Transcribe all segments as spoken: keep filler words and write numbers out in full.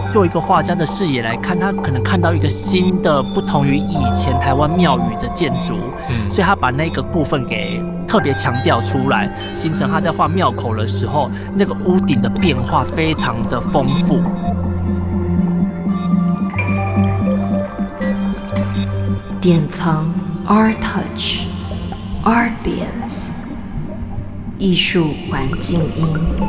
做一个画家的视野来看，他可能看到一个新的不同于以前台湾庙宇的建筑，嗯，所以他把那个部分给特别强调出来，形成他在画庙口的时候，那个屋顶的变化非常的丰富。 典藏 Art Touch Artbience 艺术环境音。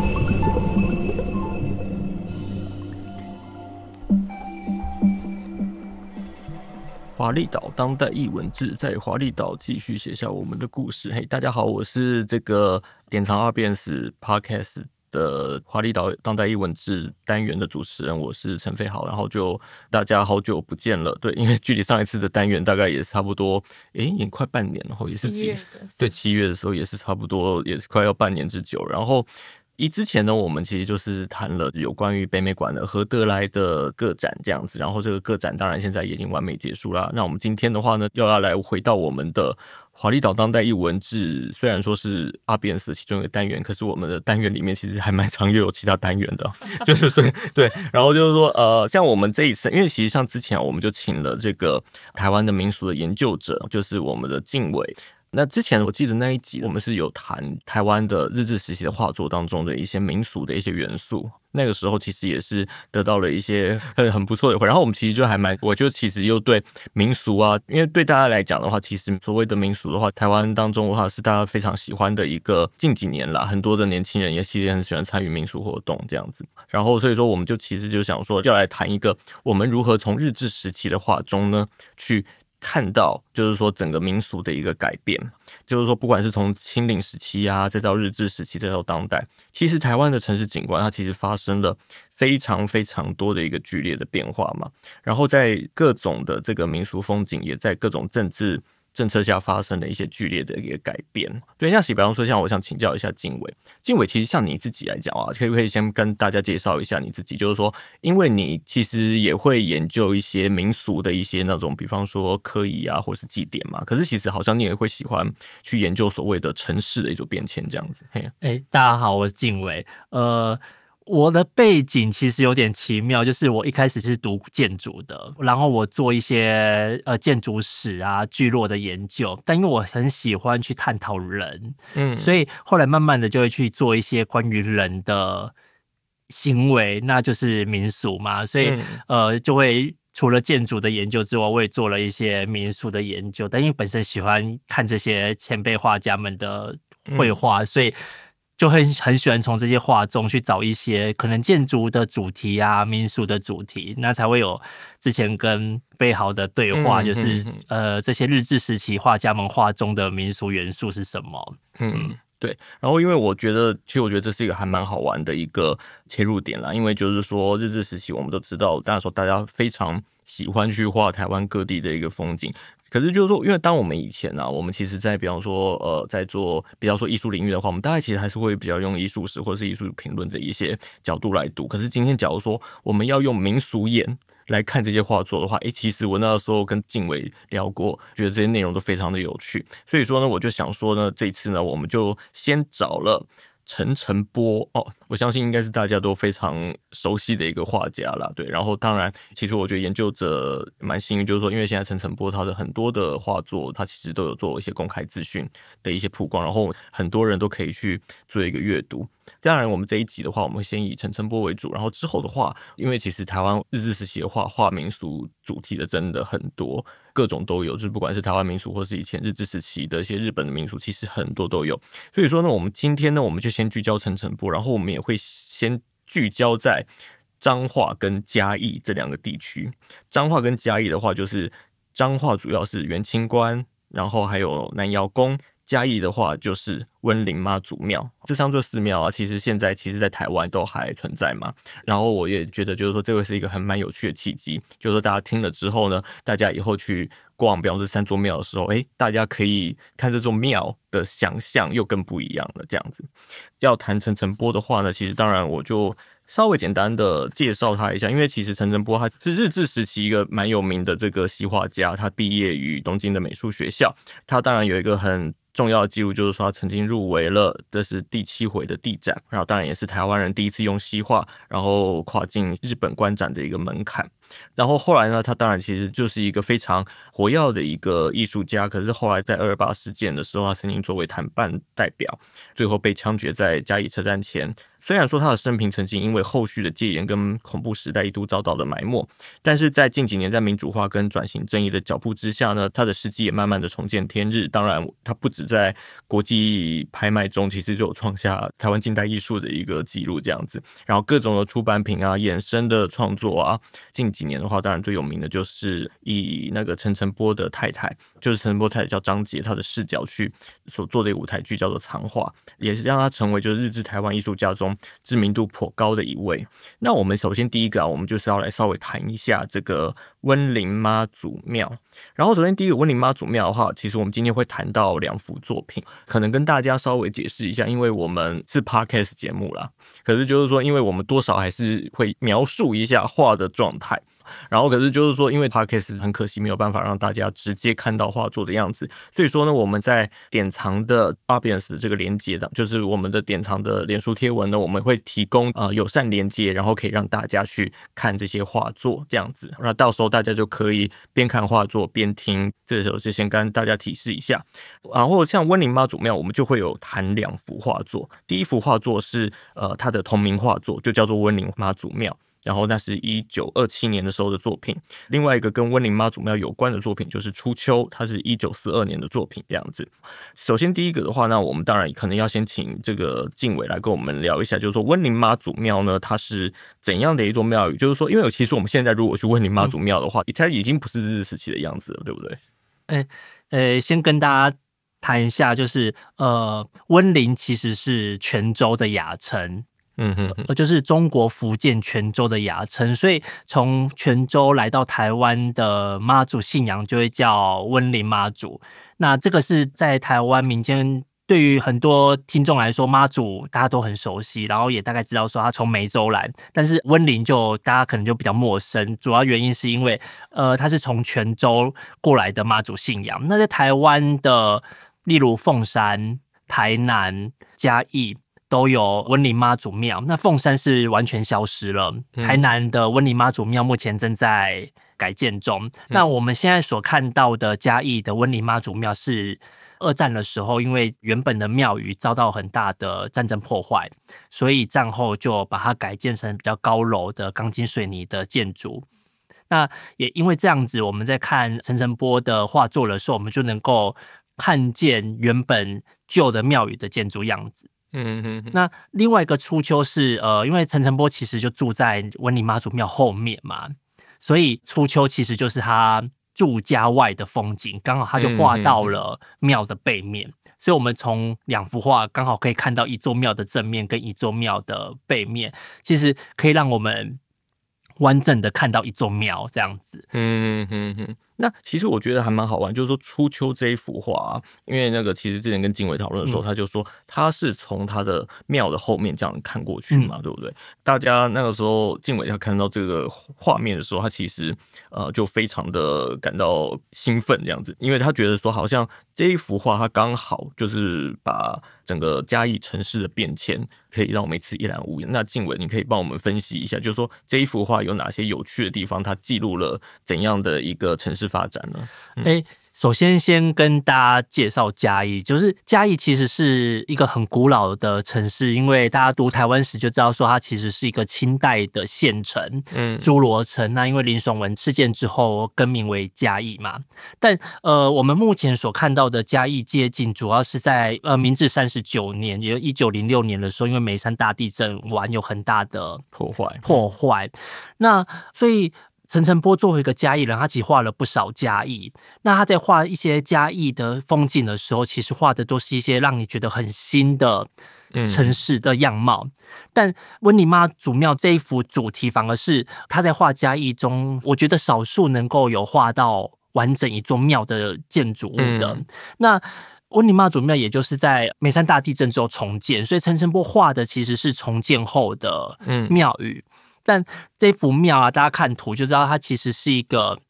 华丽岛当代艺文志，在华丽岛继续写下我们的故事。嘿，大家好，我是这个典藏 Artbience Podcast 的华丽岛当代艺文志单元的主持人，我是陈飞豪。然后就大家好久不见了，对，因为距离上一次的单元大概也差不多，诶，也快半年了，也是几对七月的时候也是差不多，也是快要半年之久。然后一之前呢，我们其实就是谈了有关于北美馆的何德来的个展这样子，然后这个个展当然现在也已经完美结束了。那我们今天的话呢，又要来回到我们的华丽岛当代艺文志，虽然说是Artbience的其中一个单元，可是我们的单元里面其实还蛮常又有其他单元的，就是对对，然后就是说呃，像我们这一次，因为其实像之前我们就请了这个台湾的民俗的研究者，就是我们的敬伟。那之前我记得那一集我们是有谈台湾的日治时期的画作当中的一些民俗的一些元素，那个时候其实也是得到了一些很很不错的回。然后我们其实就还蛮，我就其实又对民俗啊，因为对大家来讲的话，其实所谓的民俗的话，台湾当中的话是大家非常喜欢的一个，近几年啦，很多的年轻人也其实很喜欢参与民俗活动这样子。然后所以说我们就其实就想说要来谈一个我们如何从日治时期的画中呢去看到就是说整个民俗的一个改变，就是说不管是从清领时期啊，再到日治时期，再到当代，其实台湾的城市景观它其实发生了非常非常多的一个剧烈的变化嘛。然后在各种的这个民俗风景，也在各种政治政策下发生了一些剧烈的一个改变。对，像比方说像我想请教一下敬伟，敬伟其实像你自己来讲啊，可不可以先跟大家介绍一下你自己？就是说，因为你其实也会研究一些民俗的一些那种，比方说科仪啊，或是祭典嘛。可是其实好像你也会喜欢去研究所谓的城市的一种变迁这样子。嘿， 哎，大家好，我是敬伟。呃。我的背景其实有点奇妙，就是我一开始是读建筑的，然后我做一些呃建筑史啊、聚落的研究，但因为我很喜欢去探讨人，嗯，所以后来慢慢的就会去做一些关于人的行为，那就是民俗嘛，所以、嗯、呃就会除了建筑的研究之外，我也做了一些民俗的研究，但因为本身喜欢看这些前辈画家们的绘画，嗯、所以就很很喜欢从这些画中去找一些可能建筑的主题啊、民俗的主题，那才会有之前跟飞豪的对话，嗯、就是呃这些日治时期画家们画中的民俗元素是什么？ 嗯，嗯对。然后因为我觉得，其实我觉得这是一个还蛮好玩的一个切入点啦，因为就是说日治时期我们都知道，当然说大家非常喜欢去画台湾各地的一个风景。可是就是说，因为当我们以前啊，我们其实在比方说呃，在做比较说艺术领域的话，我们大概其实还是会比较用艺术史或是艺术评论的一些角度来读。可是今天假如说我们要用民俗眼来看这些画作的话，诶，其实我那时候跟敬伟聊过，觉得这些内容都非常的有趣。所以说呢，我就想说呢，这一次呢，我们就先找了陈澄波哦，我相信应该是大家都非常熟悉的一个画家啦，对。然后当然，其实我觉得研究者蛮幸运，就是说，因为现在陈澄波他的很多的画作，他其实都有做一些公开资讯的一些曝光，然后很多人都可以去做一个阅读。当然，我们这一集的话，我们先以陈澄波为主，然后之后的话，因为其实台湾日治时期的画画民俗主题的真的很多，各种都有，就是不管是台湾民俗或是以前日治时期的一些日本的民俗，其实很多都有。所以说呢，我们今天呢，我们就先聚焦陈澄波，然后我们也会先聚焦在彰化跟嘉义这两个地区。彰化跟嘉义的话，就是彰化主要是元清观，然后还有南窑宫。嘉义的话就是温林妈祖庙，这三座寺庙啊，其实现在其实在台湾都还存在嘛。然后我也觉得就是说这个是一个很蛮有趣的契机，就是说大家听了之后呢，大家以后去逛比方说三座庙的时候，诶，大家可以看这座庙的想象又更不一样了这样子。要谈陈澄波的话呢，其实当然我就稍微简单的介绍他一下，因为其实陈澄波他是日治时期一个蛮有名的这个西画家，他毕业于东京的美术学校，他当然有一个很重要的记录就是说他曾经入围了，这是第七回的地展，然后当然也是台湾人第一次用西画然后跨进日本观展的一个门槛。然后后来呢，他当然其实就是一个非常活跃的一个艺术家，可是后来在二二八事件的时候，他曾经作为谈判代表，最后被枪决在嘉义车站前。虽然说他的生平曾经因为后续的戒严跟恐怖时代一度遭到了埋没，但是在近几年在民主化跟转型正义的脚步之下呢，他的事迹也慢慢的重见天日。当然他不止在国际拍卖中其实就有创下台湾近代艺术的一个记录这样子，然后各种的出版品啊衍生的创作啊，近几年的话当然最有名的就是以那个陈澄波的太太，就是陈澄波太太叫张捷，她的视角去所做的一个舞台剧叫做藏画，也是让她成为就是日治台湾艺术家中知名度颇高的一位。那我们首先第一个啊，我们就是要来稍微谈一下这个温林妈祖庙。然后首先第一个温林妈祖庙的话，其实我们今天会谈到两幅作品，可能跟大家稍微解释一下，因为我们是 podcast 节目啦，可是就是说因为我们多少还是会描述一下画的状态，然后可是就是说因为 podcast 很可惜没有办法让大家直接看到画作的样子，所以说呢我们在典藏的 Arbians 这个连结的，就是我们的典藏的脸书贴文呢，我们会提供呃友善连结，然后可以让大家去看这些画作这样子，那到时候大家就可以边看画作边听，这时候就先跟大家提示一下。然后像温林妈祖庙我们就会有谈两幅画作，第一幅画作是呃它的同名画作，就叫做温林妈祖庙，然后那是一九二七年的时候的作品。另外一个跟温林妈祖庙有关的作品就是初秋，它是一九四二年的作品这样子。首先第一个的话，那我们当然可能要先请这个敬伟来跟我们聊一下，就是说温林妈祖庙呢它是怎样的一座庙宇，就是说因为其实我们现在如果去温林妈祖庙的话、嗯、它已经不是日治时期的样子了，对不对？ 诶诶，先跟大家谈一下，就是呃温林其实是泉州的雅称， 嗯哼哼， 就是中国福建泉州的雅称，所以从泉州来到台湾的妈祖信仰就会叫温林妈祖。那这个是在台湾民间对于很多听众来说，妈祖大家都很熟悉，然后也大概知道说他从梅州来，但是温林就大家可能就比较陌生，主要原因是因为呃他是从泉州过来的妈祖信仰。那在台湾的例如凤山、台南、嘉义都有温林妈祖庙，那凤山是完全消失了，台南的温林妈祖庙目前正在改建中、嗯、那我们现在所看到的嘉义的温林妈祖庙是二战的时候因为原本的庙宇遭到很大的战争破坏，所以战后就把它改建成比较高楼的钢筋水泥的建筑。那也因为这样子，我们在看陈澄波的画作的时候，我们就能够看见原本旧的庙宇的建筑样子。 嗯哼哼， 那另外一个初秋是呃，因为陈澄波其实就住在温林妈祖庙后面嘛，所以初秋其实就是他住家外的风景，刚好他就画到了庙的背面、嗯、所以我们从两幅画刚好可以看到一座庙的正面跟一座庙的背面，其实可以让我们完整的看到一座庙这样子。 嗯哼哼，那其实我觉得还蛮好玩，就是说初秋这一幅画啊，因为那个其实之前跟敬伟讨论的时候、嗯、他就说他是从他的庙的后面这样看过去嘛、嗯、对不对？大家那个时候敬伟他看到这个画面的时候，他其实呃就非常的感到兴奋这样子，因为他觉得说好像这一幅画他刚好就是把整个嘉义城市的变迁可以让我们一次一览无遗。那敬伟你可以帮我们分析一下，就是说这一幅画有哪些有趣的地方，它记录了怎样的一个城市发展呢？嗯欸首先先跟大家介绍嘉义，就是嘉义其实是一个很古老的城市，因为大家读台湾史就知道说它其实是一个清代的县城，嗯，诸罗城。那因为林爽文事件之后更名为嘉义嘛，但呃我们目前所看到的嘉义街景主要是在呃明治三十九年，也就一九零六年的时候，因为梅山大地震完有很大的破坏破坏，那所以陈澄波作为一个嘉义人，他其实画了不少嘉义。那他在画一些嘉义的风景的时候，其实画的都是一些让你觉得很新的城市的样貌。嗯、但温林妈祖庙这一幅主题，反而是他在画嘉义中，我觉得少数能够有画到完整一座庙的建筑物的。嗯、那温林妈祖庙也就是在梅山大地震之后重建，所以陈澄波画的其实是重建后的庙宇。嗯但这幅庙啊，大家看图就知道，它其实是一个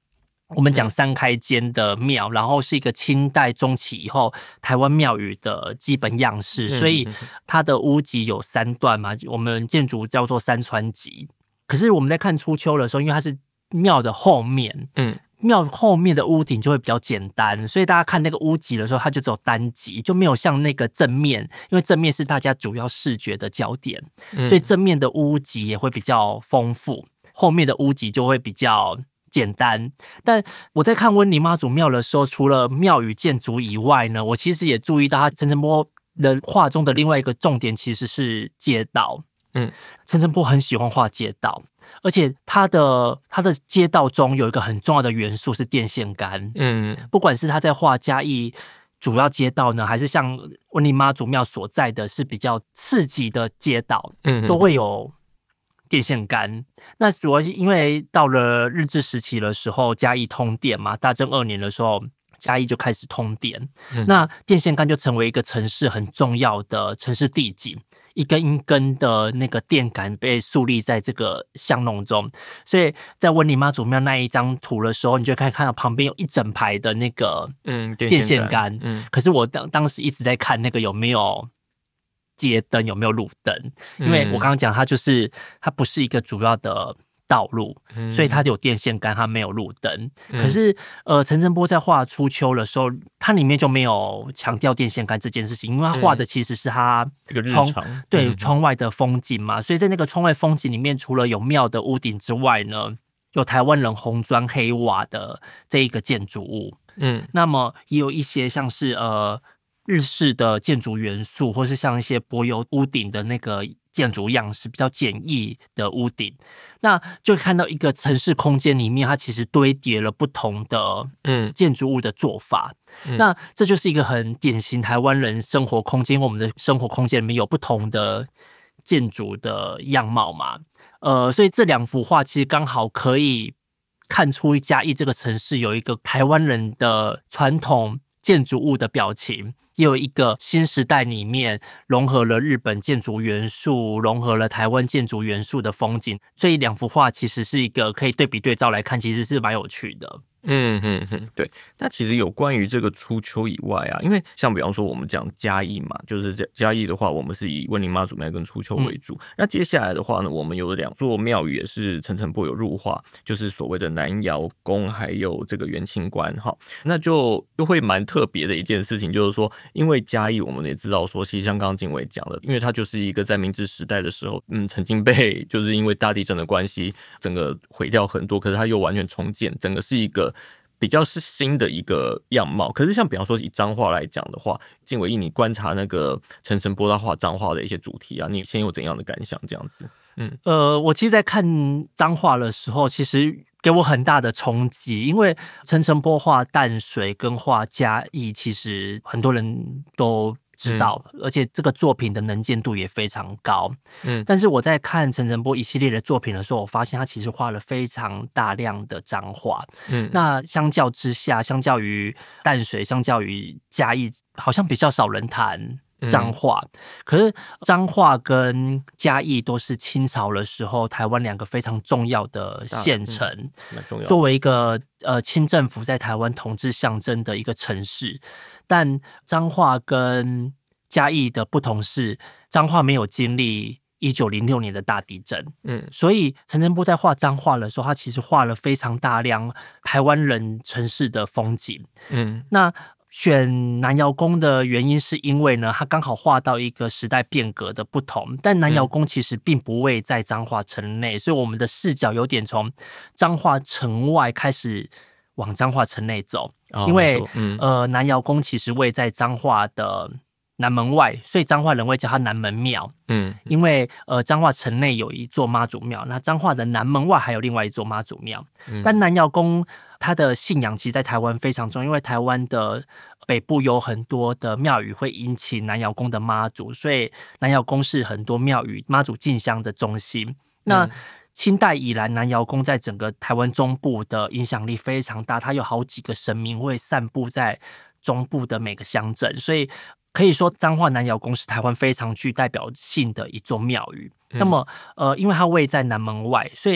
我们讲三开间的庙，然后是一个清代中期以后台湾庙宇的基本样式，所以它的屋脊有三段嘛，我们建筑叫做三川脊。可是我们在看初秋的时候，因为它是庙的后面，嗯，庙后面的屋顶就会比较简单，所以大家看那个屋脊的时候，它就只有单脊，就没有像那个正面，因为正面是大家主要视觉的焦点，所以正面的屋脊也会比较丰富，后面的屋脊就会比较简单。但我在看温妮妈祖庙的时候，除了庙宇建筑以外呢，我其实也注意到他陈澄波的画中的另外一个重点其实是街道。嗯，陈澄波很喜欢画街道，而且他的他的街道中有一个很重要的元素是电线杆。嗯，不管是他在画嘉义主要街道呢，还是像温妮妈祖庙所在的是比较次级的街道，嗯，都会有电线杆。那主要是因为到了日治时期的时候，嘉义通电嘛，大正二年的时候，嘉义就开始通电，嗯，那电线杆就成为一个城市很重要的城市地景，一根一根的那个电杆被树立在这个巷弄中，所以在温妮妈祖庙那一张图的时候，你就可以看到旁边有一整排的那个嗯电线杆，嗯，可是我当当时一直在看那个有没有街灯，有没有路灯，因为我刚刚讲它就是它不是一个主要的道路，嗯，所以它有电线杆，它没有路灯，嗯，可是呃，陈澄波在画初秋的时候，它里面就没有强调电线杆这件事情，因为他画的其实是他一个日常， 对，嗯，窗外的风景嘛，所以在那个窗外风景里面，除了有庙的屋顶之外呢，有台湾人红砖黑瓦的这一个建筑物，嗯，那么也有一些像是呃日式的建筑元素，或是像一些柏油屋顶的那个建筑样式，比较简易的屋顶，那就看到一个城市空间里面，它其实堆叠了不同的嗯建筑物的做法，嗯，那这就是一个很典型台湾人生活空间，我们的生活空间里面有不同的建筑的样貌嘛，呃，所以这两幅画其实刚好可以看出嘉义这个城市有一个台湾人的传统建筑物的表情，也有一个新时代里面融合了日本建筑元素，融合了台湾建筑元素的风景，所以两幅画其实是一个可以对比对照来看，其实是蛮有趣的。 嗯哼哼，对。那其实有关于这个初秋以外啊，因为像比方说我们讲嘉义嘛，就是嘉义的话，我们是以温妮妈祖庙跟初秋为主。嗯，那接下来的话呢，我们有两座庙宇也是陈澄波有入画，就是所谓的南瑶宫还有这个元清观哈。那就就会蛮特别的一件事情，就是说，因为嘉义我们也知道说，其实像刚刚景伟讲的，因为它就是一个在明治时代的时候，嗯，曾经被就是因为大地震的关系，整个毁掉很多，可是它又完全重建，整个是一个比较是新的一个样貌。可是像比方说以彰化来讲的话，靖伟义你观察那个陈澄波他画彰化的一些主题啊，你先有怎样的感想这样子？ 嗯，呃，我其实在看彰化的时候，其实给我很大的冲击，因为陈澄波画淡水跟画嘉义，其实很多人都知道，嗯，而且这个作品的能见度也非常高。嗯，但是我在看陈澄波一系列的作品的时候，我发现他其实画了非常大量的彰化。嗯，那相较之下，相较于淡水，相较于嘉义，好像比较少人谈彰化，嗯，可是彰化跟嘉义都是清朝的时候台湾两个非常重要的县城，嗯，作为一个呃清政府在台湾统治象征的一个城市。但彰化跟嘉义的不同是，彰化没有经历一九零六年的大地震，嗯，所以陈澄波在画彰化的时候，他其实画了非常大量台湾人城市的风景，嗯，那选南瑶宫的原因是因为呢，他刚好画到一个时代变革的不同，但南瑶宫其实并不位在彰化城内，所以我们的视角有点从彰化城外开始往彰化城内走，哦，因为，嗯，呃，南瑶宫其实位在彰化的南门外，所以彰化人会叫它南门庙。嗯，因为呃彰化城内有一座妈祖庙，那彰化的南门外还有另外一座妈祖庙。嗯，但南瑶宫它的信仰其实在台湾非常重要，因为台湾的北部有很多的庙宇会引起南瑶宫的妈祖，所以南瑶宫是很多庙宇妈祖进香的中心。那，嗯，清代以来，南瑶宫在整个台湾中部的影响力非常大，它有好几个神明会散布在中部的每个乡镇，所以可以说彰化南瑶宫是台湾非常具代表性的一座庙宇。嗯，那么，呃，因为它位在南门外，所以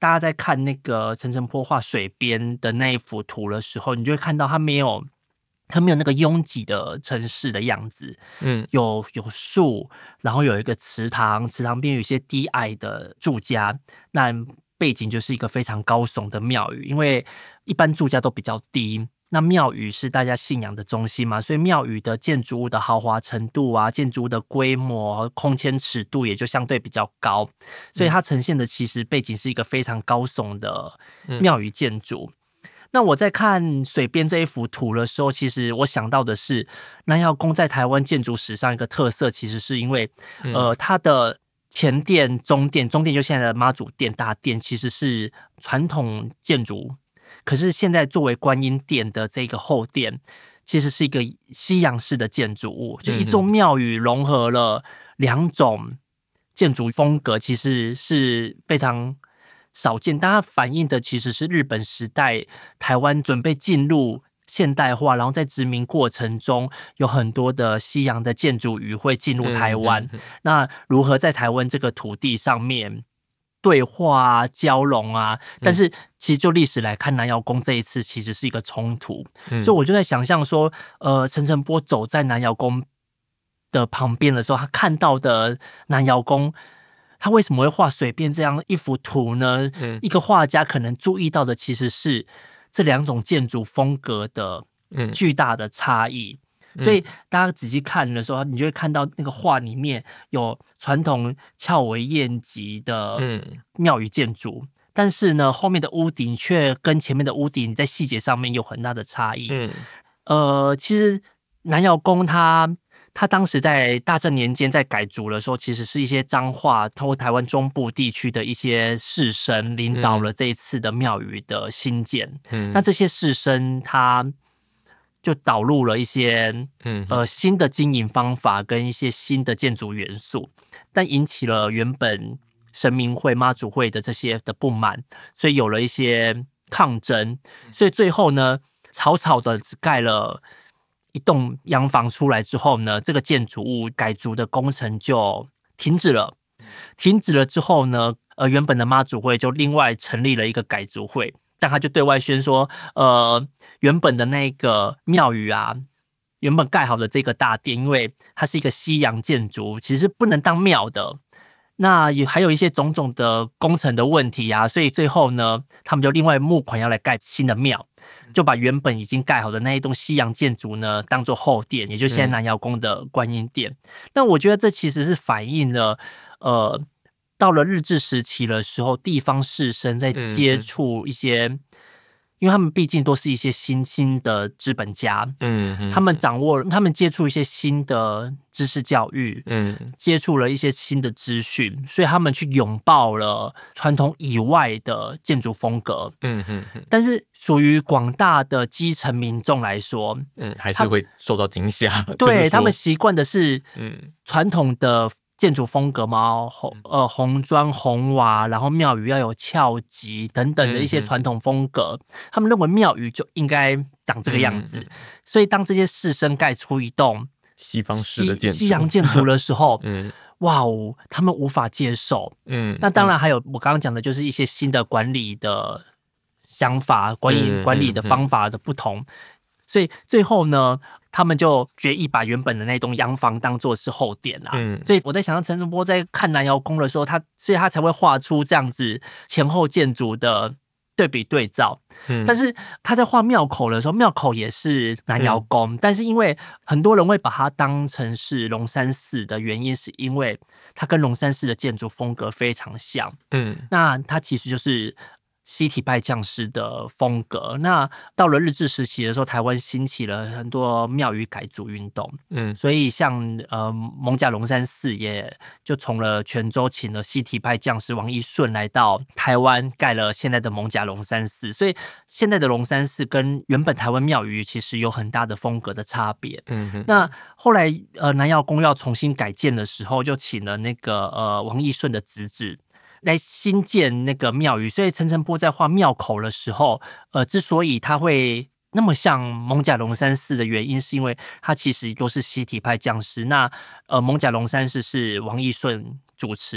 大家在看那个陈澄波画水边的那一幅图的时候，你就会看到它没有。它没有那个拥挤的城市的样子，嗯，有有树，然后有一个池塘，池塘边有一些低矮的住家，那背景就是一个非常高耸的庙宇，因为一般住家都比较低，那庙宇是大家信仰的中心嘛，所以庙宇的建筑物的豪华程度啊，建筑物的规模、空间尺度也就相对比较高，所以它呈现的其实背景是一个非常高耸的庙宇建筑。嗯那我在看水边这一幅图的时候，其实我想到的是南窑宫在台湾建筑史上一个特色，其实是因为、嗯、呃它的前殿、中殿，中殿就现在的妈祖殿大殿，其实是传统建筑，可是现在作为观音殿的这个后殿，其实是一个西洋式的建筑物，就一座庙宇融合了两种建筑风格，其实是非常少见，但它反映的其实是日本时代台湾准备进入现代化，然后在殖民过程中有很多的西洋的建筑语汇进入台湾、嗯嗯嗯、那如何在台湾这个土地上面对话啊交融啊，但是其实就历史来看，南窑宫这一次其实是一个冲突、嗯、所以我就在想象说呃，陈澄波走在南窑宫的旁边的时候，他看到的南窑宫他为什么会画水边这样一幅图呢、嗯、一个画家可能注意到的其实是这两种建筑风格的巨大的差异、嗯、所以大家仔细看的时候，你就会看到那个画里面有传统翘尾宴级的庙宇建筑、嗯、但是呢后面的屋顶却跟前面的屋顶在细节上面有很大的差异、嗯、呃，其实南窑宫它他当时在大正年间在改筑的时候，其实是一些彰化通过台湾中部地区的一些士绅领导了这一次的庙宇的兴建、嗯、那这些士绅他就导入了一些、嗯、呃新的经营方法跟一些新的建筑元素，但引起了原本神明会妈祖会的这些的不满，所以有了一些抗争，所以最后呢草草的只盖了一栋洋房出来之后呢，这个建筑物改筑的工程就停止了。停止了之后呢，呃，原本的妈祖会就另外成立了一个改筑会，但他就对外宣说，呃，原本的那个庙宇啊，原本盖好的这个大殿，因为它是一个西洋建筑，其实不能当庙的。那也还有一些种种的工程的问题啊，所以最后呢，他们就另外募款要来盖新的庙。就把原本已经盖好的那一栋西洋建筑呢当作后殿，也就是现在南窑宫的观音殿、嗯、那我觉得这其实是反映了呃，到了日治时期的时候，地方士绅在接触一些、嗯、因为他们毕竟都是一些新兴的资本家，嗯，他们掌握他们接触一些新的知识教育，嗯，接触了一些新的资讯，所以他们去拥抱了传统以外的建筑风格，嗯嗯，但是属于广大的基层民众来说， 嗯，还是会受到惊吓， 对，他们习惯的是嗯传统的建筑风格嘛，红呃红砖红瓦，然后庙宇要有翘级等等的一些传统风格、嗯、他们认为庙宇就应该长这个样子、嗯、所以当这些士绅盖出一栋西方式的建筑 西, 西洋建筑的时候，嗯，哇哦，他们无法接受，嗯，那当然还有我刚刚讲的就是一些新的管理的想法，管理、嗯、管理的方法的不同、嗯嗯、所以最后呢他们就决议把原本的那栋洋房当作是后殿啊、嗯，所以我在想到陈澄波在看南窑宫的时候，他所以他才会画出这样子前后建筑的对比对照。嗯，但是他在画庙口的时候，庙口也是南窑宫、嗯，但是因为很多人会把它当成是龙山寺的原因，是因为它跟龙山寺的建筑风格非常像。嗯，那它其实就是西体派匠师的风格。那到了日治时期的时候，台湾兴起了很多庙宇改筑运动，嗯，所以像呃艋舺龙山寺也就从了泉州请了西体派匠师王义顺来到台湾盖了现在的艋舺龙山寺，所以现在的龙山寺跟原本台湾庙宇其实有很大的风格的差别。嗯哼，那后来呃南窑宫要重新改建的时候，就请了那个呃王义顺的侄子来新建那个庙宇，所以陈澄波在画庙口的时候，呃，之所以他会那么像艋舺龙山寺的原因，是因为他其实都是西体派匠师。那呃，艋舺龙山寺是王义顺主持，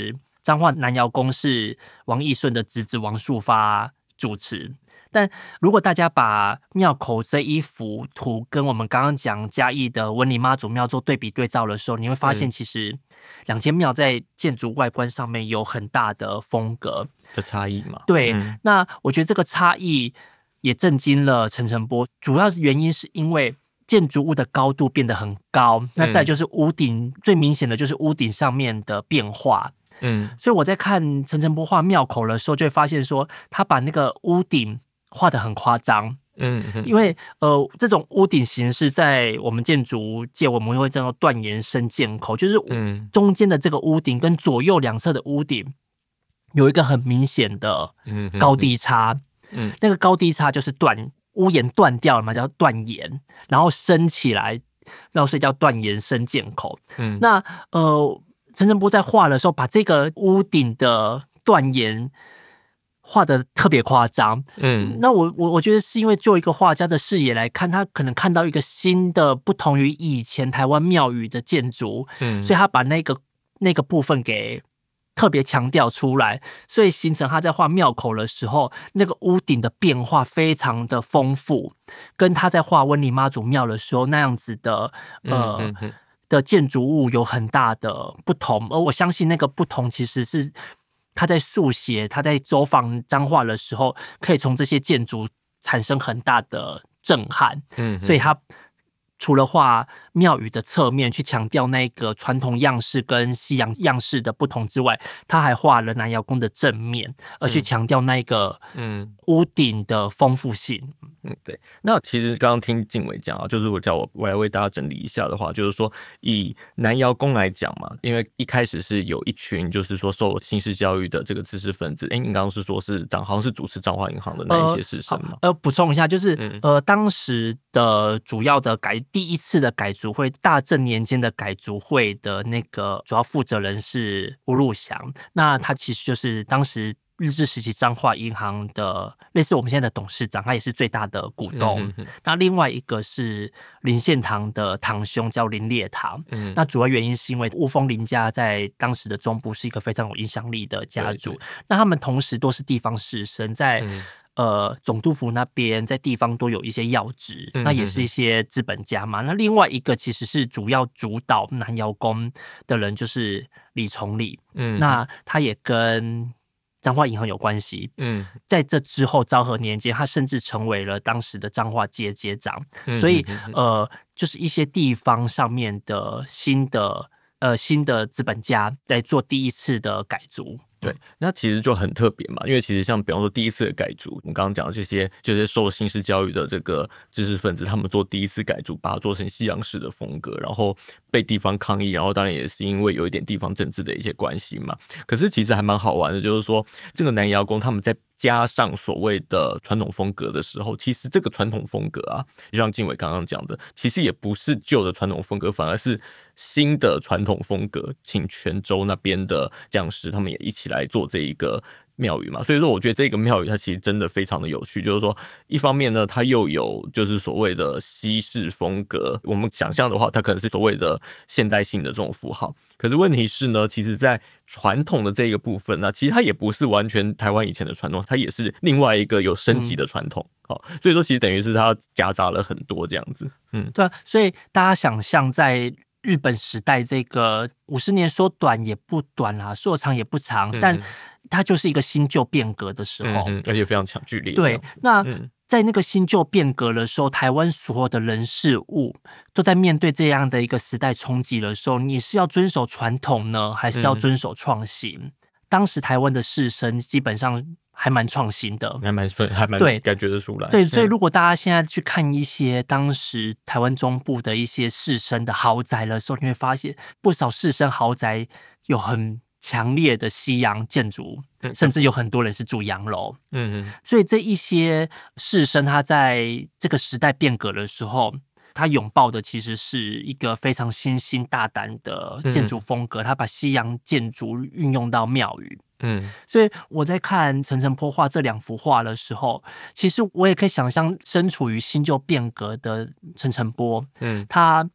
彰化南窑宫是王义顺的侄子王树发主持。但如果大家把庙口这一幅图跟我们刚刚讲嘉义的文林妈祖庙做对比对照的时候，你会发现其实两间庙在建筑外观上面有很大的风格的差异嘛。 对、 嗯、 那我觉得这个差异也震惊了陈澄波，主要原因是因为建筑物的高度变得很高，那再就是屋顶、嗯、最明显的就是屋顶上面的变化。嗯，所以我在看陈澄波画庙口的时候，就会发现说他把那个屋顶画得很夸张。嗯，因为呃，这种屋顶形式在我们建筑界我们会叫做断檐深箭口，就是中间的这个屋顶跟左右两侧的屋顶有一个很明显的高低差。嗯，那个高低差就是断屋檐断掉了嘛，叫断檐，然后升起来，然后所以叫断檐深箭口。嗯，那呃，陈澄波在画的时候，把这个屋顶的断檐画得特别夸张。嗯，那我我我觉得是因为就一个画家的视野来看，他可能看到一个新的不同于以前台湾庙宇的建筑，嗯，所以他把那个那个部分给特别强调出来，所以形成他在画庙口的时候，那个屋顶的变化非常的丰富，跟他在画温林妈祖庙的时候那样子的呃、嗯、哼哼的建筑物有很大的不同。而我相信那个不同其实是他在速写，他在走访彰化的时候，可以从这些建筑产生很大的震撼。嗯，所以他除了画庙宇的侧面去强调那个传统样式跟西洋样式的不同之外，他还画了南窑宫的正面，而去强调那个嗯屋顶的丰富性。 嗯，对。那其实刚刚听静伟讲啊，就是我叫我我来为大家整理一下的话，就是说以南窑宫来讲嘛，因为一开始是有一群就是说受新式教育的这个知识分子，哎，你刚刚是说是彰好像是主持彰化银行的那一些士绅嘛？ 呃，补充一下，就是、嗯、呃当时的主要的改第一次的改组会，大正年间的改组会的那个主要负责人是吴禄祥，那他其实就是当时日治时期彰化银行的类似我们现在的董事长，他也是最大的股东。嗯、哼哼那另外一个是林献堂的堂兄叫林烈堂。嗯、那主要原因是因为雾峰林家在当时的中部是一个非常有影响力的家族，对对那他们同时都是地方士绅，在、嗯呃，总督府那边在地方都有一些要职，那也是一些资本家嘛。那另外一个其实是主要主导南窑宫的人，就是李崇礼。嗯，那他也跟彰化银行有关系。嗯，在这之后，昭和年间，他甚至成为了当时的彰化街街长。嗯、所以，呃，就是一些地方上面的新的呃新的资本家在做第一次的改组。 对，那其实就很特别嘛，因为其实像比方说第一次的改组，我们刚刚讲的这些就是受新式教育的这个知识分子，他们做第一次改组，把它做成西洋式的风格，然后被地方抗议，然后当然也是因为有一点地方政治的一些关系嘛。可是其实还蛮好玩的，就是说这个南窑宫他们在加上所谓的传统风格的时候，其实这个传统风格啊，就像静伟刚刚讲的，其实也不是旧的传统风格，反而是新的传统风格，请泉州那边的匠师他们也一起来做这一个庙宇嘛。所以说我觉得这个庙宇它其实真的非常的有趣，就是说一方面呢，它又有就是所谓的西式风格，我们想象的话它可能是所谓的现代性的这种符号，可是问题是呢，其实在传统的这个部分呢，其实它也不是完全台湾以前的传统，它也是另外一个有升级的传统。好、嗯，所以说其实等于是它夹杂了很多这样子。 嗯，对啊，所以大家想象在日本时代这个五十年说短也不短啦，说长也不长，嗯、但它就是一个新旧变革的时候， 嗯、而且非常强剧烈。 对，那、嗯、在那个新旧变革的时候，台湾所有的人事物都在面对这样的一个时代冲击的时候，你是要遵守传统呢，还是要遵守创新？嗯、当时台湾的士绅基本上还蛮创新的， 还蛮还蛮感觉得出来。 对，所以如果大家现在去看一些当时台湾中部的一些士绅的豪宅的时候，你会发现不少士绅豪宅有很强烈的西洋建筑，甚至有很多人是住洋楼。嗯，所以这一些士绅他在这个时代变革的时候，他拥抱的其实是一个非常新兴大胆的建筑风格，嗯、他把西洋建筑运用到庙宇。嗯，所以我在看陈澄波画这两幅画的时候，其实我也可以想象身处于新旧变革的陈澄波，嗯，他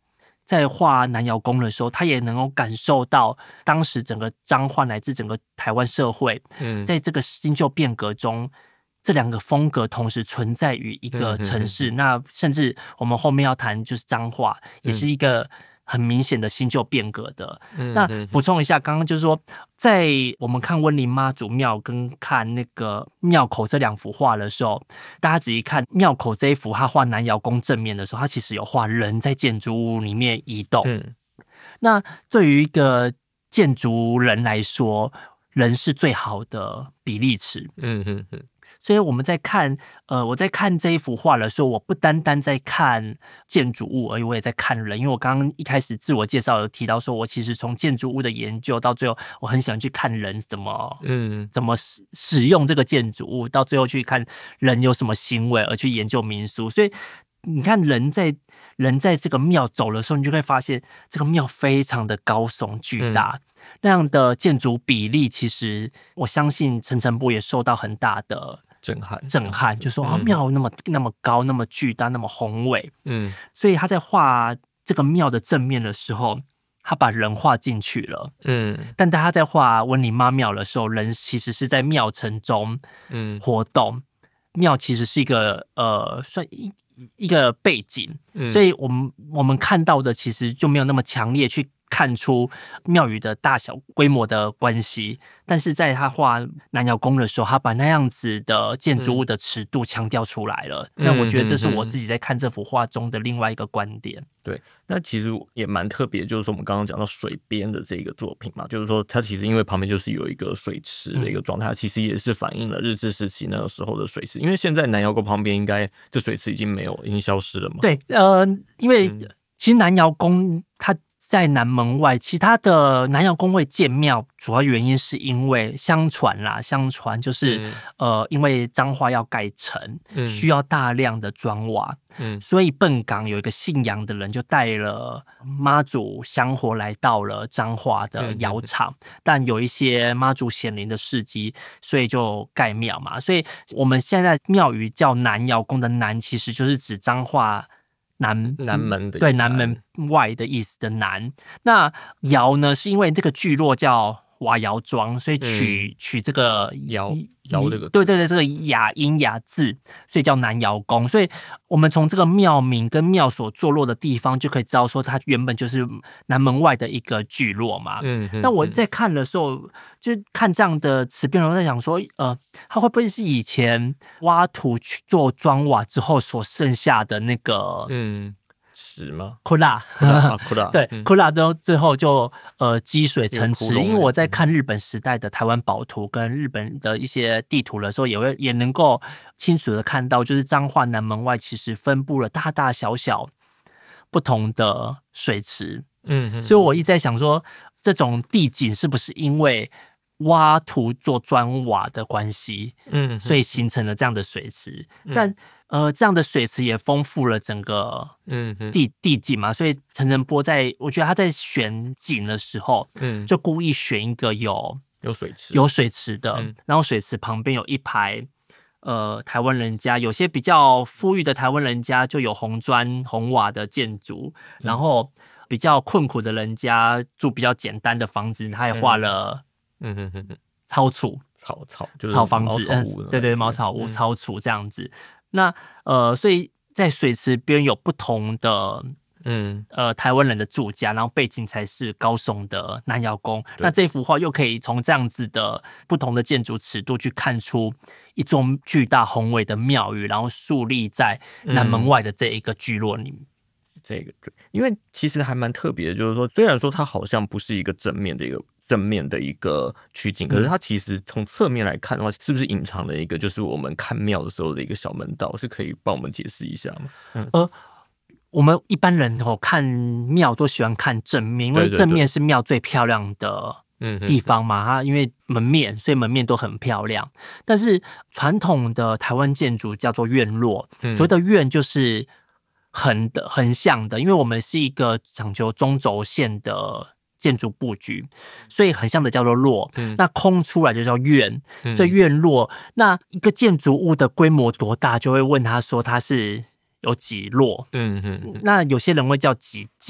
在画南窑宫的时候，他也能够感受到当时整个彰化乃至整个台湾社会，嗯，在这个新旧变革中，这两个风格同时存在于一个城市。嗯、那甚至我们后面要谈就是彰化，也是一个很明显的新旧变革的。嗯、那补充一下，刚刚就是说，在我们看温林妈祖庙跟看那个庙口这两幅画的时候，大家仔细看庙口这一幅，他画南窑宫正面的时候，他其实有画人在建筑物里面移动。嗯、那对于一个建筑人来说，人是最好的比例尺。嗯哼哼。所以我们在看，呃，我在看这一幅画的时候，我不单单在看建筑物而已，我也在看人。因为我刚刚一开始自我介绍有提到说，我其实从建筑物的研究到最后，我很想去看人怎么，嗯，怎么使使用这个建筑物，到最后去看人有什么行为，而去研究民俗。所以你看人在人在这个庙走的时候，你就会发现这个庙非常的高耸巨大。嗯，那样的建筑比例，其实我相信陈澄波也受到很大的震撼， 震撼，就说啊，庙那么那么高，那么巨大，那么宏伟，嗯，所以他在画这个庙的正面的时候，他把人画进去了，嗯，但他在画温林妈庙的时候，人其实是在庙城中，嗯，活动，庙其实是一个呃，算一一个背景，嗯，所以我们我们看到的其实就没有那么强烈去看出庙宇的大小规模的关系，但是在他画南窑宫的时候，他把那样子的建筑物的尺度强调出来了。嗯、那我觉得这是我自己在看这幅画中的另外一个观点。 对，那其实也蛮特别，就是说我们刚刚讲到水边的这个作品嘛，就是说它其实因为旁边就是有一个水池的一个状态，嗯、其实也是反映了日治时期那个时候的水池。因为现在南窑宫旁边应该这水池已经没有，已经消失了嘛。 对，呃，因为其实南窑宫它在南门外，其他的南窑宫会建庙，主要原因是因为相传啦，相传就是、嗯、呃，因为彰化要盖城，嗯、需要大量的砖瓦，嗯、所以笨港有一个信仰的人就带了妈祖香火来到了彰化的窑厂，嗯、但有一些妈祖显灵的事迹，所以就盖庙嘛。所以我们现在庙宇叫南窑宫的南，其实就是指彰化南南门的对南门外的意思的南。那窑呢，是因为这个聚落叫瓦窑庄，所以取、嗯、取这个窑窑这个对对对这个雅音雅字，所以叫南窑宫。所以我们从这个庙名跟庙所坐落的地方就可以知道说，它原本就是南门外的一个聚落嘛。嗯，那我在看的时候，就看这样的词变，我在想说，呃，它会不会是以前挖土去做砖瓦之后所剩下的那个嗯池吗？ 库拉， 库拉， 对，库拉之后最后就呃积水成池。因为我在看日本时代的台湾宝图跟日本的一些地图的时候，也会也能够清楚的看到，就是彰化南门外其实分布了大大小小不同的水池。嗯，所以我一直在想说，这种地景是不是因为挖土做砖瓦的关系，嗯，所以形成了这样的水池？嗯、但呃，这样的水池也丰富了整个嗯地地景嘛，所以陈澄波在我觉得他在选景的时候，嗯，就故意选一个有有水池有水池的，嗯、然后水池旁边有一排呃台湾人家，有些比较富裕的台湾人家就有红砖红瓦的建筑，嗯、然后比较困苦的人家住比较简单的房子，他也画了嗯哼哼哼糙厝草草就是草房子，嗯，对对，茅草屋、嗯、糙厝这样子。那呃，所以在水池边有不同的嗯呃台湾人的住家，然后背景才是高耸的南窑宫。那这幅画又可以从这样子的不同的建筑尺度去看出一座巨大宏伟的庙宇，然后树立在南门外的这一个聚落里面。嗯这个对，因为其实还蛮特别的，就是说，虽然说它好像不是一个正面的一个正面的一个取景，可是它其实从侧面来看的话，是不是隐藏了一个就是我们看庙的时候的一个小门道？是可以帮我们解释一下吗？嗯、 呃，我们一般人哦看庙都喜欢看正面，因为正面是庙最漂亮的地方嘛，它因为门面，所以门面都很漂亮。但是传统的台湾建筑叫做院落，嗯、所谓的院就是横的横向的，因为我们是一个讲究中轴线的建筑布局，所以横向的叫做落，嗯、那空出来就叫院，嗯、所以院落。那一个建筑物的规模多大，就会问他说它是有几落，嗯嗯。那有些人会叫几进，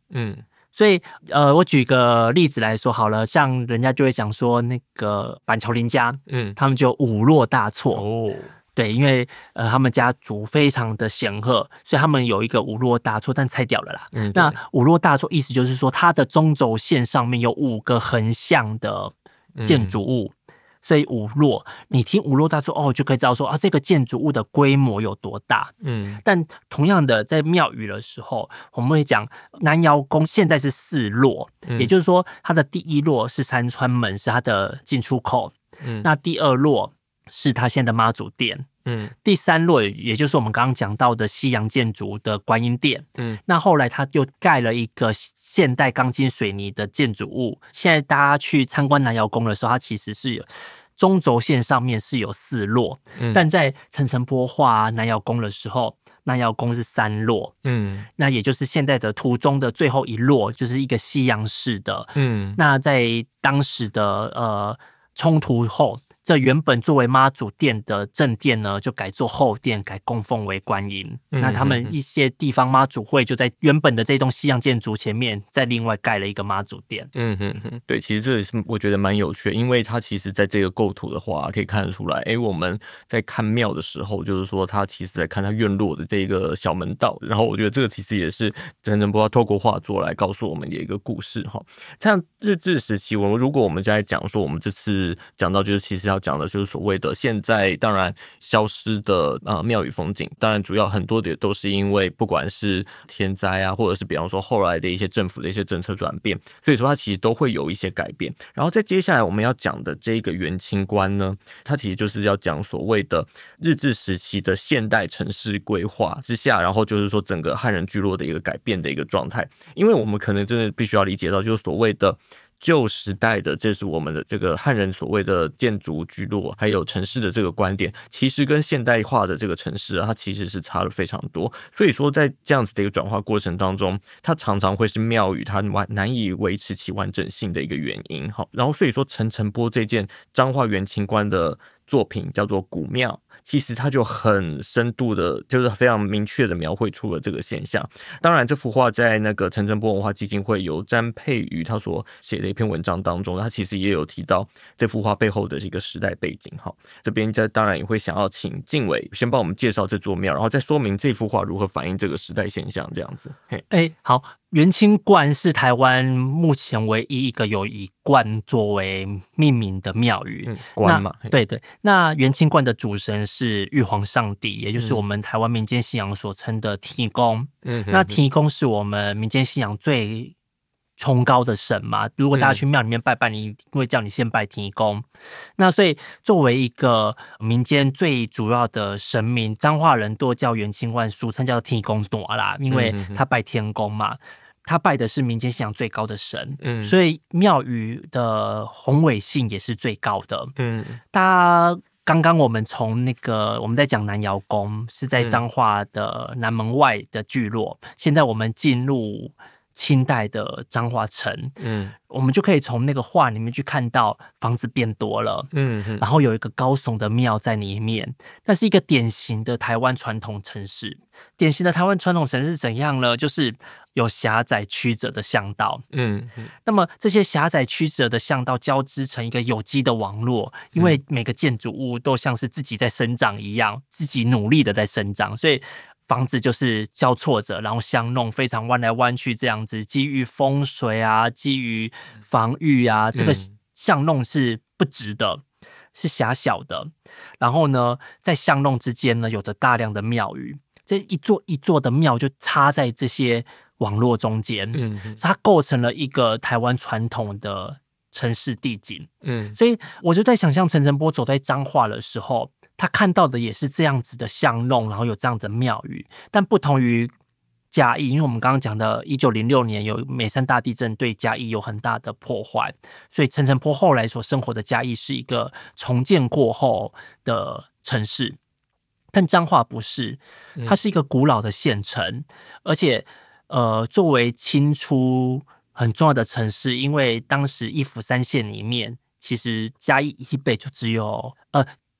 嗯，所以呃，我举个例子来说好了，像人家就会讲说那个板桥林家，嗯，他们就五落大厝哦。对，因为呃，他们家族非常的显赫，所以他们有一个五落大厝，但拆掉了啦。嗯，那五落大厝意思就是说，它的中轴线上面有五个横向的建筑物，嗯、所以五落。你听五落大厝哦，就可以知道说啊，这个建筑物的规模有多大。嗯，但同样的，在庙宇的时候，我们会讲南窑宫现在是四落，嗯、也就是说，它的第一落是山川门，是它的进出口。嗯，那第二落是它现在的妈祖殿。嗯，第三落也就是我们刚刚讲到的西洋建筑的观音殿，嗯，那后来他就盖了一个现代钢筋水泥的建筑物。现在大家去参观南窑宫的时候，它其实是有中轴线上面是有四落，嗯，但在陈澄波画南窑宫的时候，南窑宫是三落，嗯，那也就是现在的图中的最后一落，就是一个西洋式的，嗯，那在当时的呃冲突后。这原本作为妈祖殿的正殿呢，就改做后殿，改供奉为观音。嗯、那他们一些地方妈祖会就在原本的这栋西洋建筑前面，再另外盖了一个妈祖殿。 嗯哼哼，对，其实这也是我觉得蛮有趣的，因为它其实在这个构图的话，可以看得出来，哎，我们在看庙的时候，就是说它其实在看它院落的这个小门道，然后我觉得这个其实也是陈澄波透过画作来告诉我们的一个故事哈。像日治时期，我们如果我们在讲说，我们这次讲到就是其实要讲的就是所谓的现在当然消失的呃庙宇风景，当然主要很多的都是因为不管是天灾啊，或者是比方说后来的一些政府的一些政策转变，所以说它其实都会有一些改变。然后在接下来我们要讲的这个元清观呢，它其实就是要讲所谓的日治时期的现代城市规划之下，然后就是说整个汉人聚落的一个改变的一个状态。因为我们可能真的必须要理解到，就是所谓的旧时代的，这是我们的这个汉人所谓的建筑聚落还有城市的这个观点，其实跟现代化的这个城市啊，它其实是差了非常多。所以说在这样子的一个转化过程当中，它常常会是庙宇它难以维持其完整性的一个原因。好，然后所以说陈澄波这件彰化元清观的作品叫做古庙，其实它就很深度的，就是非常明确的描绘出了这个现象。当然这幅画在那个陈澄波文化基金会由詹佩瑜他所写的一篇文章当中，他其实也有提到这幅画背后的一个时代背景。好，这边当然也会想要请敬伟先帮我们介绍这座庙，然后再说明这幅画如何反映这个时代现象这样子。 哎、欸，好，元清观是台湾目前唯一一个有以观作为命名的庙宇。 嗯，观嘛， 对对。那元清观的主神是玉皇上帝，也就是我们台湾民间信仰所称的天公。嗯，那天公是我们民间信仰最崇高的神嘛。如果大家去庙里面拜拜，你会叫你先拜天公。那所以作为一个民间最主要的神明，彰化人都叫元清观，俗称叫天公大啦，因为他拜天公嘛。他拜的是民间信仰最高的神，嗯，所以庙宇的宏伟性也是最高的。嗯，大家刚刚我们从那个我们在讲南窑宫是在彰化的南门外的聚落，嗯、现在我们进入清代的彰化城，嗯，我们就可以从那个画里面去看到房子变多了，嗯，然后有一个高耸的庙在里面，那是一个典型的台湾传统城市。典型的台湾传统城市怎样呢？就是有狭窄曲折的巷道，嗯，那么这些狭窄曲折的巷道交织成一个有机的网络，因为每个建筑物都像是自己在生长一样，自己努力的在生长，所以房子就是交错着，然后巷弄非常弯来弯去这样子，基于风水啊，基于防御啊，这个巷弄是不直的，是狭小的。然后呢，在巷弄之间呢，有着大量的庙宇，这一座一座的庙就插在这些网络中间，嗯，它构成了一个台湾传统的城市地景。嗯，所以我就在想象陈澄波走在彰化的时候，他看到的也是这样子的巷弄，然后有这样子的庙宇，但不同于嘉义，因为我们刚刚讲的一九零六年有美山大地震对嘉义有很大的破坏，所以陈澄波后来所生活的嘉义是一个重建过后的城市，但彰化不是，它是一个古老的县城，而且呃，作为清初很重要的城市，因为当时一府三县里面，其实嘉义以北就只有呃。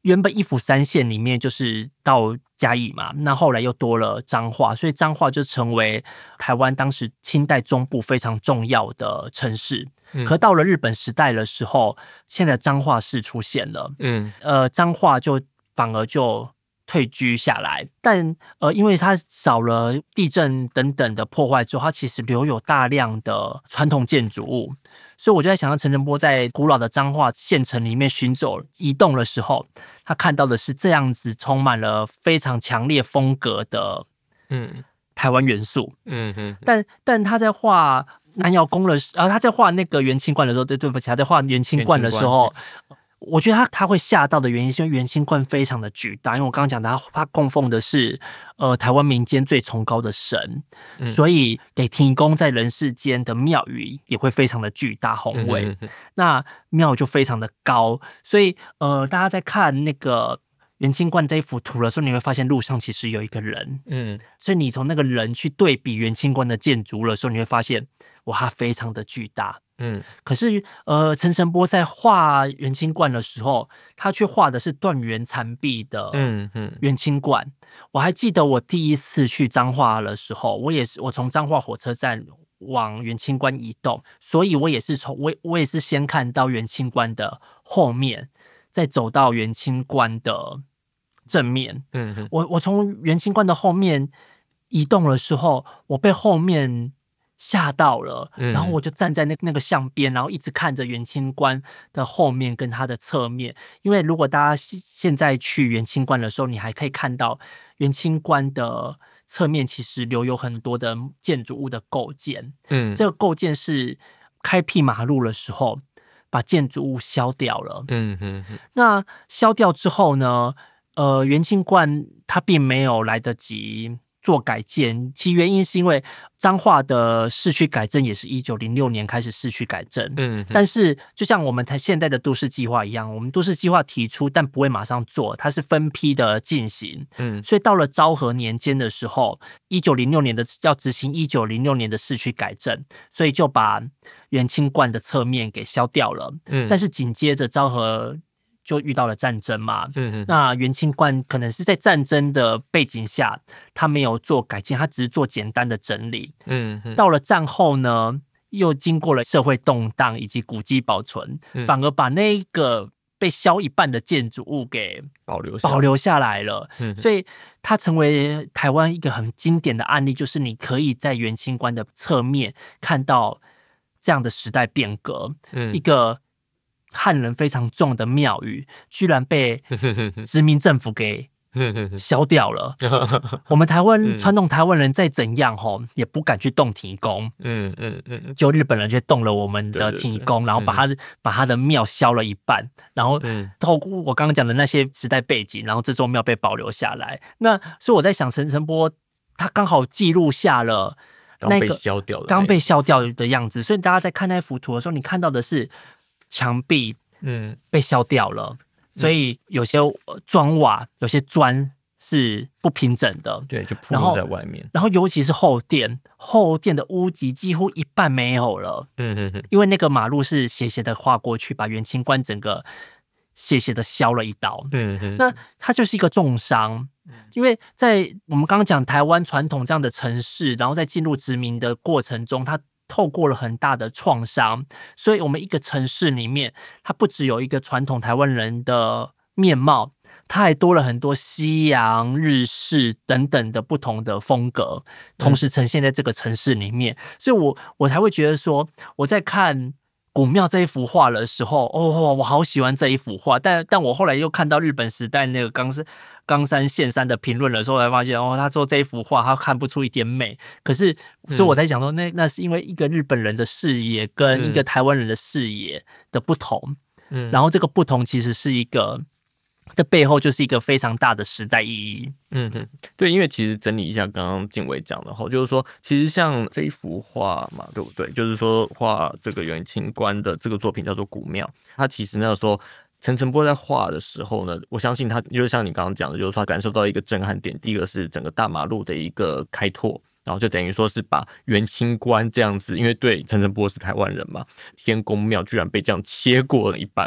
原本一府三县里面就是到嘉义嘛，那后来又多了彰化，所以彰化就成为台湾当时清代中部非常重要的城市。嗯、可到了日本时代的时候，现在彰化市出现了，嗯，呃，彰化就反而就退居下来，但呃，因为它少了地震等等的破坏之后，它其实留有大量的传统建筑物，所以我就在想，陈澄波在古老的彰化县城里面行走移动的时候，他看到的是这样子充满了非常强烈风格的嗯台湾元素，嗯哼，但但他在画南瑶宫的时候，啊，他在画那个元清观的时候，对对不起，他在画元清观的时候。我觉得他他会吓到的原因是因为元清观非常的巨大，因为我刚刚讲的他他供奉的是呃台湾民间最崇高的神，嗯、所以给提供在人世间的庙宇也会非常的巨大宏伟，嗯、哼哼那庙就非常的高，所以呃大家在看那个元清观这一幅图的时候，你会发现路上其实有一个人，嗯，所以你从那个人去对比元清观的建筑的时候，你会发现哇，它非常的巨大。嗯，可是呃，陈澄波在画元清观的时候，他却画的是断垣残壁的元清观。嗯嗯、我还记得我第一次去彰化的时候，我也是我从彰化火车站往元清观移动，所以我也是从我我也是先看到元清观的后面，再走到元清观的正面。嗯嗯、我我从元清观的后面移动的时候，我被后面吓到了，然后我就站在那那个巷边，然后一直看着元清观的后面跟它的侧面，因为如果大家现在去元清观的时候，你还可以看到元清观的侧面其实留有很多的建筑物的构件，嗯，这个构件是开辟马路的时候把建筑物削掉了，嗯嗯嗯，那削掉之后呢，呃，元清观它并没有来得及做改建，其原因是因为彰化的市区改正也是一九零六年开始市区改正，嗯，但是就像我们现在的都市计划一样，我们都市计划提出，但不会马上做，它是分批的进行，嗯，所以到了昭和年间的时候，一九零六年的要执行一九零六年的市区改正，所以就把元清观的侧面给削掉了，嗯，但是紧接着昭和就遇到了战争嘛，嗯、那元清观可能是在战争的背景下，他没有做改建，他只是做简单的整理。嗯、到了战后呢，又经过了社会动荡以及古迹保存，嗯、反而把那个被削一半的建筑物给保留下保留下来了。嗯、所以它成为台湾一个很经典的案例，就是你可以在元清观的侧面看到这样的时代变革，嗯、一个汉人非常重的庙宇居然被殖民政府给消掉了。我们台湾传统台湾人再怎样吼，也不敢去动天宫。嗯嗯嗯，就日本人就动了我们的天宫，然后把他、嗯、把他的庙削了一半，然后透过我刚刚讲的那些时代背景，然后这座庙被保留下来。那所以我在想，陈澄波他刚好记录下了那个刚被削掉的刚被削掉的样子，所以大家在看那幅图的时候，你看到的是墙壁嗯被削掉了，嗯、所以有些砖瓦、有些砖是不平整的， 对，就铺露在外面。 然后尤其是后殿，后殿的屋脊几乎一半没有了，嗯哼哼，因为那个马路是斜斜的划过去，把元清观整个斜斜的削了一刀，嗯哼，那它就是一个重伤。因为在我们刚刚讲台湾传统这样的城市，然后在进入殖民的过程中，它透过了很大的创伤，所以我们一个城市里面，它不只有一个传统台湾人的面貌，它还多了很多西洋、日式等等的不同的风格，同时呈现在这个城市里面，嗯、所以我我才会觉得说，我在看古庙这一幅画的时候，哦，我好喜欢这一幅画，但但我后来又看到日本时代那个冈山冈山县山的评论的时候，才发现哦，他说这一幅画他看不出一点美，可是所以我在想说，那那是因为一个日本人的视野跟一个台湾人的视野的不同，嗯，然后这个不同其实是一个。的背后就是一个非常大的时代意义。 嗯哼，对，因为其实整理一下刚刚静伟讲的话，就是说，其实像这一幅画嘛，对不对？就是说画这个元清观的这个作品叫做《古庙》，它其实那个时候陈澄波在画的时候呢，我相信他就是像你刚刚讲的，就是说他感受到一个震撼点，第一个是整个大马路的一个开拓。然后就等于说是把元清观这样子，因为对陈澄波是台湾人嘛，天公庙居然被这样切过了一半。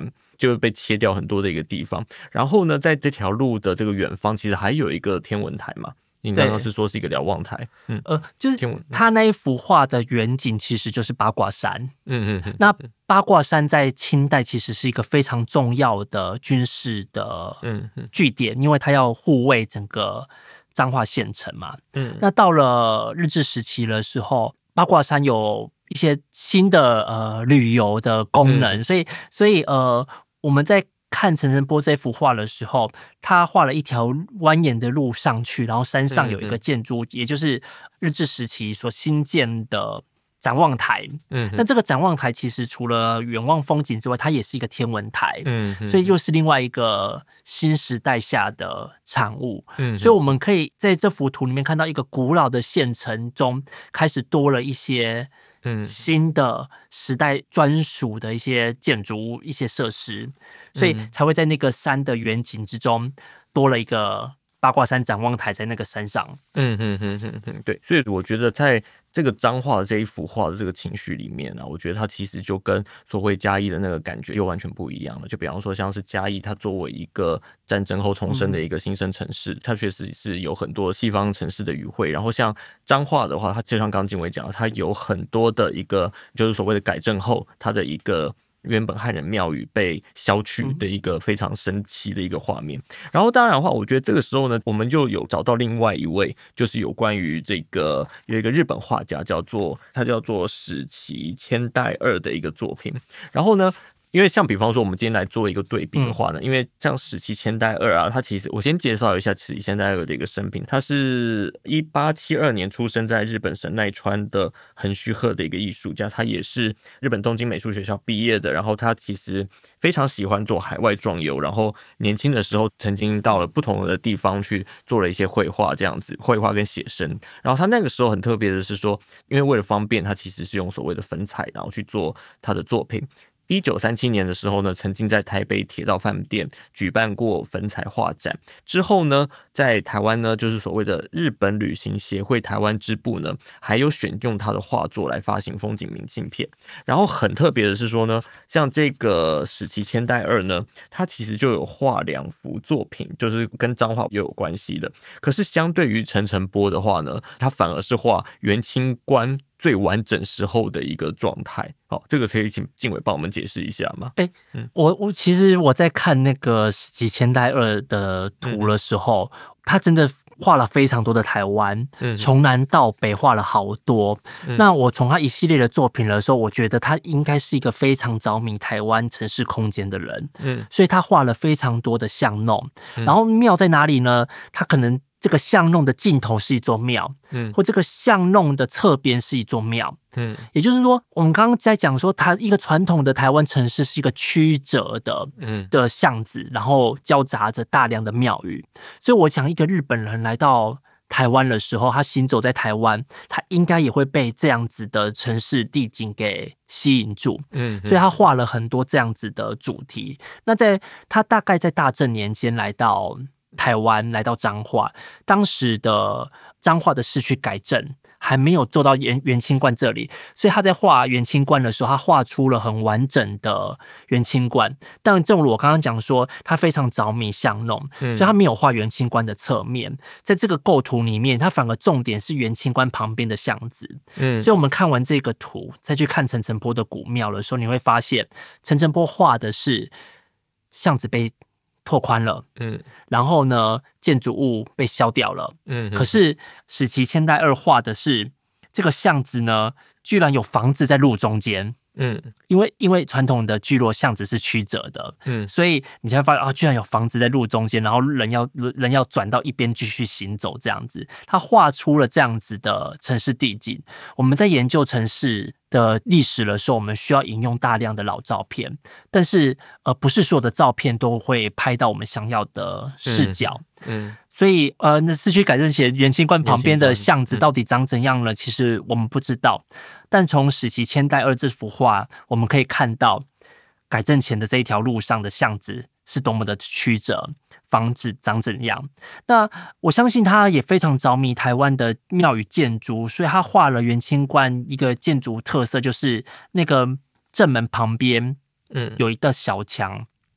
就被切掉很多的一个地方。然后呢，在这条路的这个远方，其实还有一个天文台嘛。你刚刚是说是一个瞭望台， 嗯，呃，就是他那一幅画的远景其实就是八卦山，嗯嗯嗯。那八卦山在清代其实是一个非常重要的军事的据点，因为它要护卫整个彰化县城嘛。嗯，那到了日治时期的时候，八卦山有一些新的呃旅游的功能，嗯、所以所以呃我们在看陈澄波这幅画的时候，他画了一条蜿蜒的路上去，然后山上有一个建筑，嗯、也就是日治时期所新建的展望台。嗯，那这个展望台其实除了远望风景之外，它也是一个天文台。嗯，所以又是另外一个新时代下的产物。嗯，所以我们可以在这幅图里面看到一个古老的县城中开始多了一些。嗯，新的时代专属的一些建筑物、一些设施，所以才会在那个山的远景之中多了一个八卦山展望台在那个山上。 嗯哼哼哼哼，对，所以我觉得在这个彰化的这一幅画的这个情绪里面啊，我觉得它其实就跟所谓嘉义的那个感觉又完全不一样了。就比方说，像是嘉义，它作为一个战争后重生的一个新生城市，嗯、它确实是有很多西方城市的语汇。然后像彰化的话，它就像刚刚静伟讲的，它有很多的一个就是所谓的改正后，它的一个。原本汉人庙宇被消去的一个非常神奇的一个画面。然后当然的话，我觉得这个时候呢，我们就有找到另外一位，就是有关于这个有一个日本画家叫做他叫做史崎千代二的一个作品。然后呢。因为像比方说我们今天来做一个对比的话呢，嗯、因为像史崎千代二啊，他其实我先介绍一下史崎千代二的一个生平，他是一八七二年出生在日本神奈川的横须贺的一个艺术家，他也是日本东京美术学校毕业的，然后他其实非常喜欢做海外壮游，然后年轻的时候曾经到了不同的地方去做了一些绘画，这样子绘画跟写生，然后他那个时候很特别的是说，因为为了方便，他其实是用所谓的粉彩，然后去做他的作品。一九三七年的时候呢，曾经在台北铁道饭店举办过粉彩画展。之后呢，在台湾呢，就是所谓的日本旅行协会台湾支部呢，还有选用他的画作来发行风景明信片。然后很特别的是说呢，像这个史崎千代二呢，他其实就有画两幅作品，就是跟彰化又有关系的。可是相对于陈澄波的话呢，他反而是画元清观最完整时候的一个状态。好，这个可以请静伟帮我们解释一下吗？ 哎、欸嗯，我我其实我在看那个史崎千代二的图的时候，嗯、他真的画了非常多的台湾，嗯、从南到北画了好多。嗯、那我从他一系列的作品的时候，我觉得他应该是一个非常着迷台湾城市空间的人，嗯，所以他画了非常多的巷弄。嗯、然后庙在哪里呢？他可能。这个巷弄的尽头是一座庙，嗯，或这个巷弄的侧边是一座庙，嗯，也就是说，我们刚刚在讲说，它一个传统的台湾城市是一个曲折的，嗯，的巷子，然后交杂着大量的庙宇，所以我想，一个日本人来到台湾的时候，他行走在台湾，他应该也会被这样子的城市地景给吸引住，嗯，所以他画了很多这样子的主题。那在他大概在大正年间来到台湾，来到彰化，当时的彰化的市区改正还没有做到元元清观这里，所以他在画元清观的时候，他画出了很完整的元清观。但正如我刚刚讲说，他非常着迷巷弄，嗯、所以他没有画元清观的侧面。在这个构图里面，他反而重点是元清观旁边的巷子。嗯，所以我们看完这个图，再去看陈澄波的古庙的时候，你会发现陈澄波画的是巷子被拓宽了，嗯，然后呢，建筑物被消掉了，嗯，可是史崎千代二画的是这个巷子呢，居然有房子在路中间，嗯，因为因为传统的聚落巷子是曲折的，嗯，所以你才会发现啊，居然有房子在路中间，然后人要人要转到一边继续行走，这样子，他画出了这样子的城市地景。我们在研究城市的历史的时候，我们需要引用大量的老照片，但是呃，不是所有的照片都会拍到我们想要的视角，嗯。嗯，所以呃，那市区改正前元清观旁边的巷子到底长怎样呢？其实我们不知道。但从史崎千代二这幅画，我们可以看到改正前的这一条路上的巷子是多么的曲折，房子长怎样。那我相信他也非常着迷台湾的庙宇建筑，所以他画了元清观一个建筑特色，就是那个正门旁边，嗯，有一道小墙。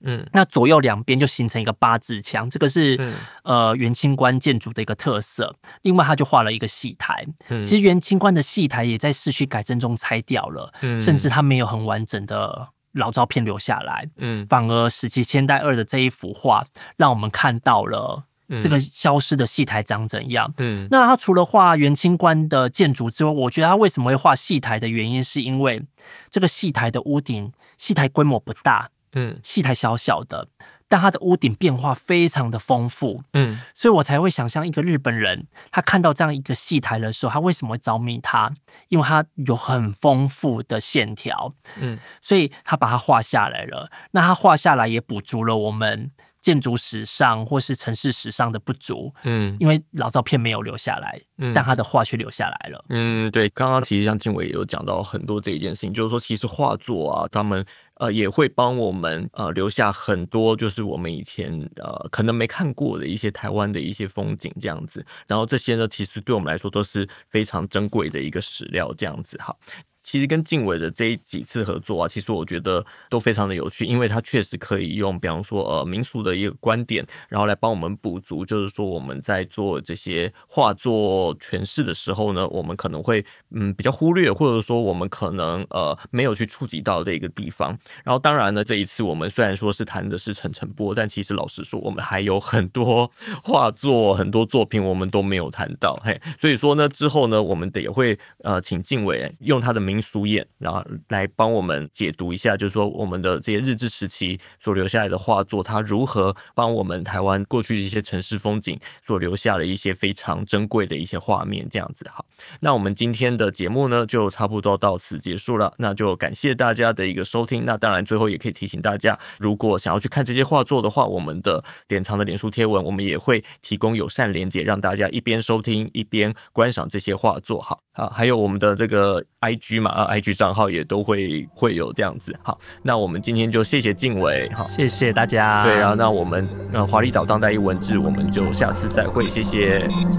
嗯，那左右两边就形成一个八字墙，这个是、嗯、呃元清观建筑的一个特色。另外，他就画了一个戏台。嗯，其实元清观的戏台也在市区改正中拆掉了，嗯，甚至它没有很完整的老照片留下来。嗯，反而十七千代二的这一幅画，让我们看到了这个消失的戏台长怎样。嗯，那他除了画元清观的建筑之外，我觉得他为什么会画戏台的原因，是因为这个戏台的屋顶，戏台规模不大。嗯，戏台小小的，但它的屋顶变化非常的丰富。嗯，所以我才会想象一个日本人，他看到这样一个戏台的时候，他为什么会着迷它？因为它有很丰富的线条。嗯，所以他把它画下来了。那他画下来也补足了我们建筑史上或是城市史上的不足。嗯，因为老照片没有留下来，嗯，但他的画却留下来了。 嗯，对，刚刚其实像静伟也有讲到很多这一件事情，就是说其实画作啊，他们呃也会帮我们呃留下很多就是我们以前呃可能没看过的一些台湾的一些风景这样子，然后这些呢其实对我们来说都是非常珍贵的一个史料这样子。好，其实跟静伟的这几次合作啊，其实我觉得都非常的有趣，因为它确实可以用比方说呃民俗的一个观点，然后来帮我们补足，就是说我们在做这些画作诠释的时候呢，我们可能会嗯比较忽略，或者说我们可能呃没有去触及到的一个地方。然后当然呢，这一次我们虽然说是谈的是陈澄波，但其实老实说，我们还有很多画作、很多作品我们都没有谈到。嘿，所以说呢，之后呢，我们也会呃请静伟用他的民俗眼，然后来帮我们解读一下，就是说我们的这些日治时期所留下来的画作，它如何帮我们台湾过去的一些城市风景所留下了一些非常珍贵的一些画面，这样子。好，那我们今天的节目呢，就差不多到此结束了。那就感谢大家的一个收听。那当然，最后也可以提醒大家，如果想要去看这些画作的话，我们的典藏的脸书贴文，我们也会提供友善连结，让大家一边收听一边观赏这些画作。好，好，还有我们的这个 I G 嘛，啊 I G 账号也都会会有这样子。好，那我们今天就谢谢静伟，好， 谢谢大家。 对，然后那我们呃华丽岛当代艺文志，我们就下次再会，谢谢， 谢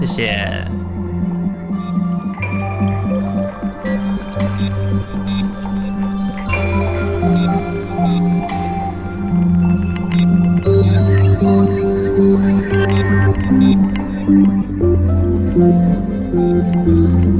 谢。Thank you.